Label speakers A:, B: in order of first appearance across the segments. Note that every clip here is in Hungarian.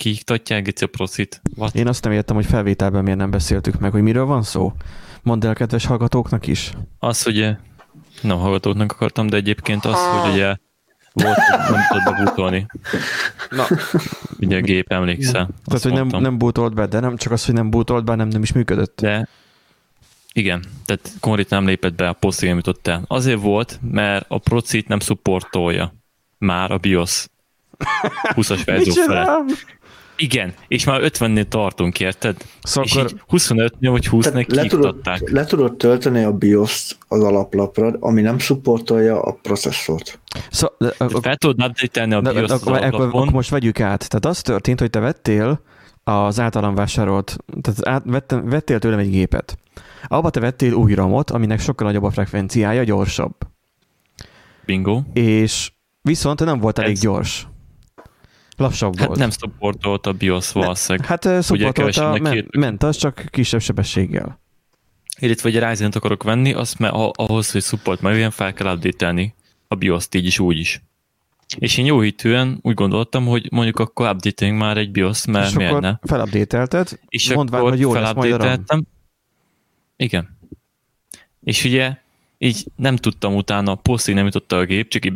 A: kiiktatják a procit. What?
B: Én azt nem értem, hogy felvételben miért nem beszéltük meg, hogy miről van szó. Mondd el kedves hallgatóknak is.
A: Az, ugye, nem hallgatóknak akartam, de egyébként az, hogy ugye volt, hogy nem tudod bebootolni.
B: Na.
A: Ugye a gép, emlékszel.
B: Tehát, hogy nem bootolt be, de nem csak az, hogy nem bootolt be, nem is működött.
A: De igen, tehát konkrétan nem lépett be a posztig, nem jutott el. Azért volt, mert a procit nem szupportolja már a BIOS 20-as verzió felett. Igen, és már 50-nél tartunk, érted?
B: Szóval
A: és így 25-nél vagy 20-nél kiiktatták.
C: Le tudod tölteni a BIOS-t az alaplapra, ami nem szupportolja a processzort.
A: Fel tudod update-elni a BIOS-t az alaplapon.
B: Akkor most vegyük át. Tehát az történt, hogy te vettél az általam vásárolt, tehát vettél tőlem egy gépet. Abba te vettél új RAM-ot, aminek sokkal nagyobb a frekvenciája, gyorsabb.
A: Bingo.
B: És viszont nem volt elég gyors. Lassabb volt.
A: Nem szupportolt a BIOS valószínűleg.
B: Hát szupportolta, ment az, csak kisebb sebességgel.
A: Illetve, hogy Ryzen-t akarok venni, azt ahhoz, hogy support meglegyen, fel kell update-elni a BIOS-t így is, úgy is. És én jó hitűen úgy gondoltam, hogy mondjuk akkor update-eljünk már egy BIOS-t, mert miért ne?
B: Felupdate-elted,
A: és
B: mondván, hogy jó lesz majd a RAM.
A: Igen. És ugye így nem tudtam utána, a posztig nem jutott a gép, csak így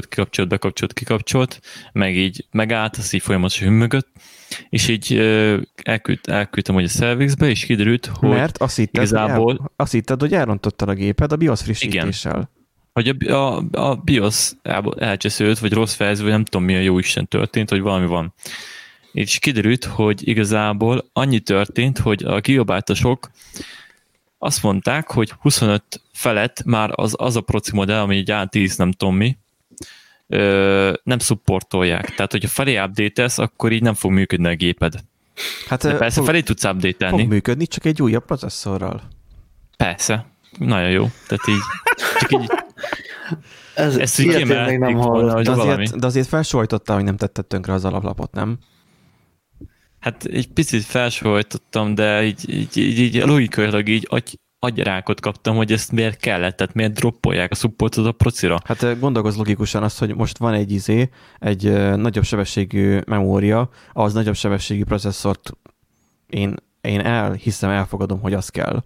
A: bekapcsolt, meg így megállt, az így folyamatosan hümmögött, és így elküldtem hogy a service-be, és kiderült, hogy
B: mert azt hitted, hogy elrontottad a géped a BIOS frissítéssel.
A: Igen. Hogy a BIOS elcseszült, vagy rossz verzió, vagy nem tudom mi a jó Isten történt, hogy valami van. És kiderült, hogy igazából annyi történt, hogy a gigabyte-osok azt mondták, hogy 25 felett már az a proci modell, ami így A10 nem tudom mi, nem szupportolják. Tehát, hogyha felé update-elsz, akkor így nem fog működni a géped. Hát, de persze felé tudsz update-elni.
B: Fog működni, csak egy újabb processzorral.
A: Persze. Nagyon jó. Tehát így, csak így
C: ezt így még nem hallottam.
B: De azért felsóhajtottál, hogy nem tetted tönkre az alaplapot, nem?
A: Hát egy picit felsóhajtottam, de így logikailag így agyrákot kaptam, hogy ezt miért kellett, tehát miért droppolják a supportot a procira.
B: Hát gondolkozz logikusan azt, hogy most van egy nagyobb sebességű memória, az nagyobb sebességű processzort én elfogadom, hogy az kell.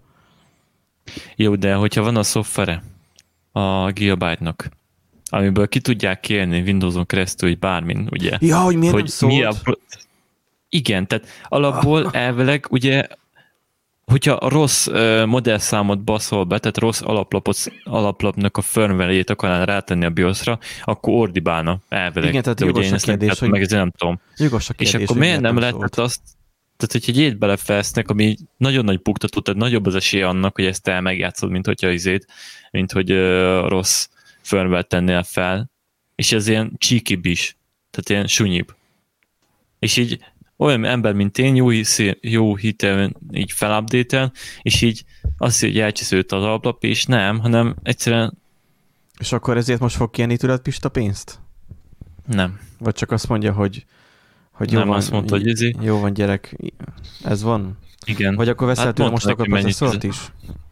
A: Jó, de hogyha van a szoftvere a Gigabyte-nak, amiből ki tudják kérni Windowson keresztül, hogy bármin, ugye?
B: Ja, hogy miért nem szólt?
A: Igen, tehát alapból elvileg, ugye, hogyha rossz modellszámot baszol be, tehát rossz alaplapnak a firmware-jét akarnál rátenni a BIOS-ra, akkor ordibálna elvileg.
B: Igen, tehát jogos a kérdés, hogy...
A: Meg nem tudom.
B: Jogos a kérdés,
A: és akkor miért nem lehetett azt, tehát hogyha egy ilyet belefesznek, ami nagyon nagy buktató, tehát nagyobb az esélye annak, hogy ezt te megjátszod, mint hogy rossz firmware tennél fel, és ez ilyen csíkibb is, tehát ilyen sunyibb. És így olyan ember, mint én, jó hitelben így felupdate-el, és így azt, hogy elcseszült az alaplap, és nem, hanem egyszerűen...
B: És akkor ezért most fog kérni tőled Pista pénzt?
A: Nem.
B: Vagy csak azt mondja, hogy jó
A: nem
B: van,
A: azt mondta, hogy
B: jó van, gyerek, ez van?
A: Igen.
B: Vagy akkor veszel tőle most akkor processzort is?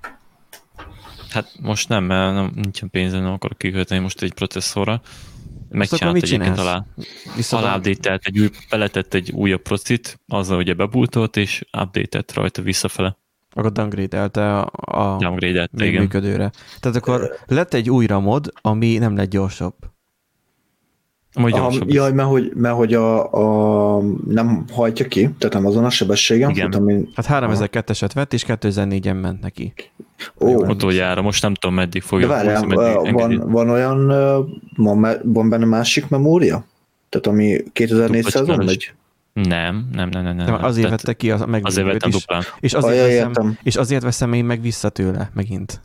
A: Hát most nem, mert nincsen pénzem, nem akarok kikölteni most egy processzorra. Megcsinált egyébként update-elt beletett egy újabb procit, azzal ugye bebútolt, és update-elt rajta visszafele.
B: Akkor downgrade-elte a
A: igen.
B: működőre. Tehát akkor lett egy új RAM-od, ami nem lett gyorsabb.
C: Jaj, mert hogy nem hajtja ki, tehát nem azon a sebességen fut, ami...
B: Hát 3002-eset vett, és 2004-en ment neki.
A: Utoljára, most nem tudom, meddig fogja.
C: De várjál, van olyan, van benne másik memória? Tehát ami 2400-on megy?
A: Nem.
B: Azért vette ki a
A: megvívőt is. Duplán.
B: És azért veszem én meg vissza tőle, megint.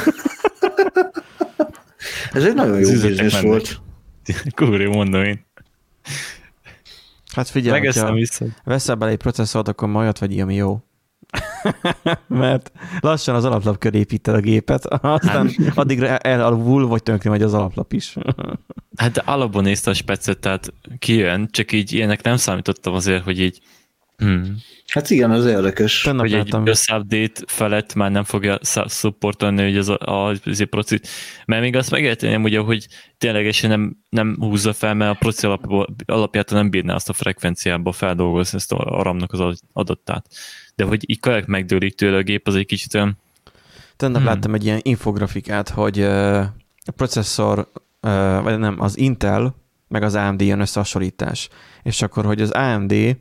C: Ez egy nagyon jó biznisz volt.
A: Kurva, mondom én.
B: Hát figyelj, hogyha veszel bele egy processzort, akkor majd olyat vagy, ami jó. Mert lassan az alaplap köré építed a gépet, aztán addigra elalvul, vagy tönkre megy az alaplap is.
A: Hát de alapban nézte a specet, tehát kijön, csak így ilyenek nem számítottam azért, hogy így
C: Hát igen, az érdekes.
A: Hogy egy BIOS update felett már nem fogja supportolni, hogy az procit. Mert még azt megérteném, ugye, hogy ténylegesen nem húzza fel, mert a proci alapjától nem bírná azt a frekvenciába feldolgozni ezt a RAM-nak az adattát. De hogy így kajak megdőlik tőle a gép, az egy kicsit olyan...
B: Tegnap láttam egy ilyen infografikát, hogy a processzor, vagy nem, az Intel, meg az AMD jön összehasonlítás. És akkor, hogy az AMD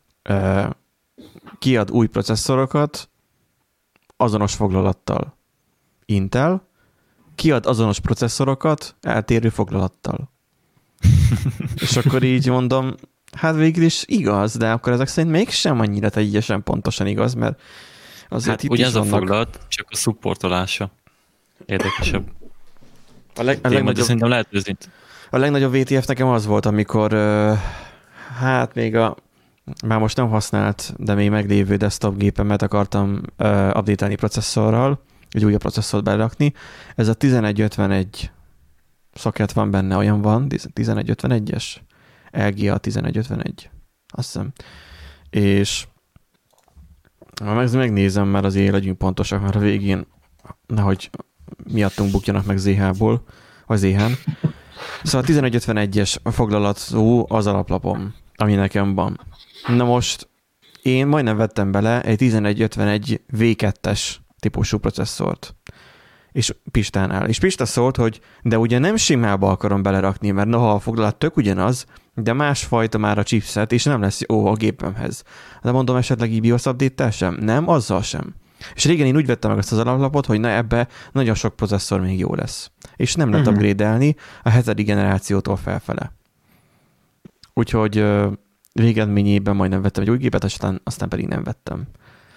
B: kiad új processzorokat azonos foglalattal. Intel kiad azonos processzorokat eltérő foglalattal. És akkor így mondom, hát végül is igaz, de akkor ezek szerint mégsem annyira teljesen pontosan igaz, mert azért
A: hát
B: itt
A: ugyanaz
B: is
A: a foglalat, csak a supportolása érdekesebb.
B: Szerintem
A: lehet őzni.
B: A legnagyobb VTF nekem az volt, amikor hát még már most nem használt, de még meglévő desktop gépemet akartam update-elni processzorral, egy újabb processzort berakni. Ez a 1151 socket van benne, olyan van, 1151-es, LGA 1151, azt hiszem. És megnézem, már azért legyünk pontosak, már a végén, nehogy miattunk bukjanak meg ZH-ból, vagy ZH-n. Szóval 1151-es foglalatú az alaplapom, ami nekem van. Na most én majdnem vettem bele egy 1151 V2-es típusú processzort. És Pistánál. És Pista szólt, hogy de ugye nem simába akarom belerakni, mert noha a foglalat tök ugyanaz, de másfajta már a chipset, és nem lesz jó a gépemhez. De mondom, esetleg BIOS update-tel sem? Nem, azzal sem. És régen én úgy vettem meg ezt az alaplapot, hogy na ebbe nagyon sok processzor még jó lesz. És nem lehet upgrade-elni a 7. generációtól felfele. Úgyhogy végeredményében majdnem vettem egy új gépet, aztán pedig nem vettem.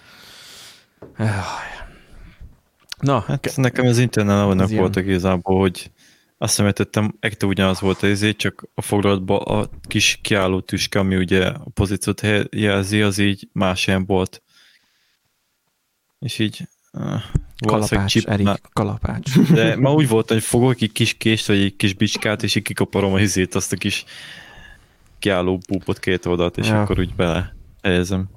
A: Na, hát nekem az Internál annak volt igazából, hogy azt hiszem, értettem, ekkor ugyanaz volt az csak a foglalatban a kis kiálló tüske, ami ugye a pozíciót jelzi, az így más helyen volt. És így
B: kalapács, Erik, kalapács.
A: De ma úgy volt, hogy fogok egy kis kést, vagy egy kis bicskát, és így kikaparom a hizét, azt a kis kiálló búbot két oldalt, és akkor úgy bele helyezem.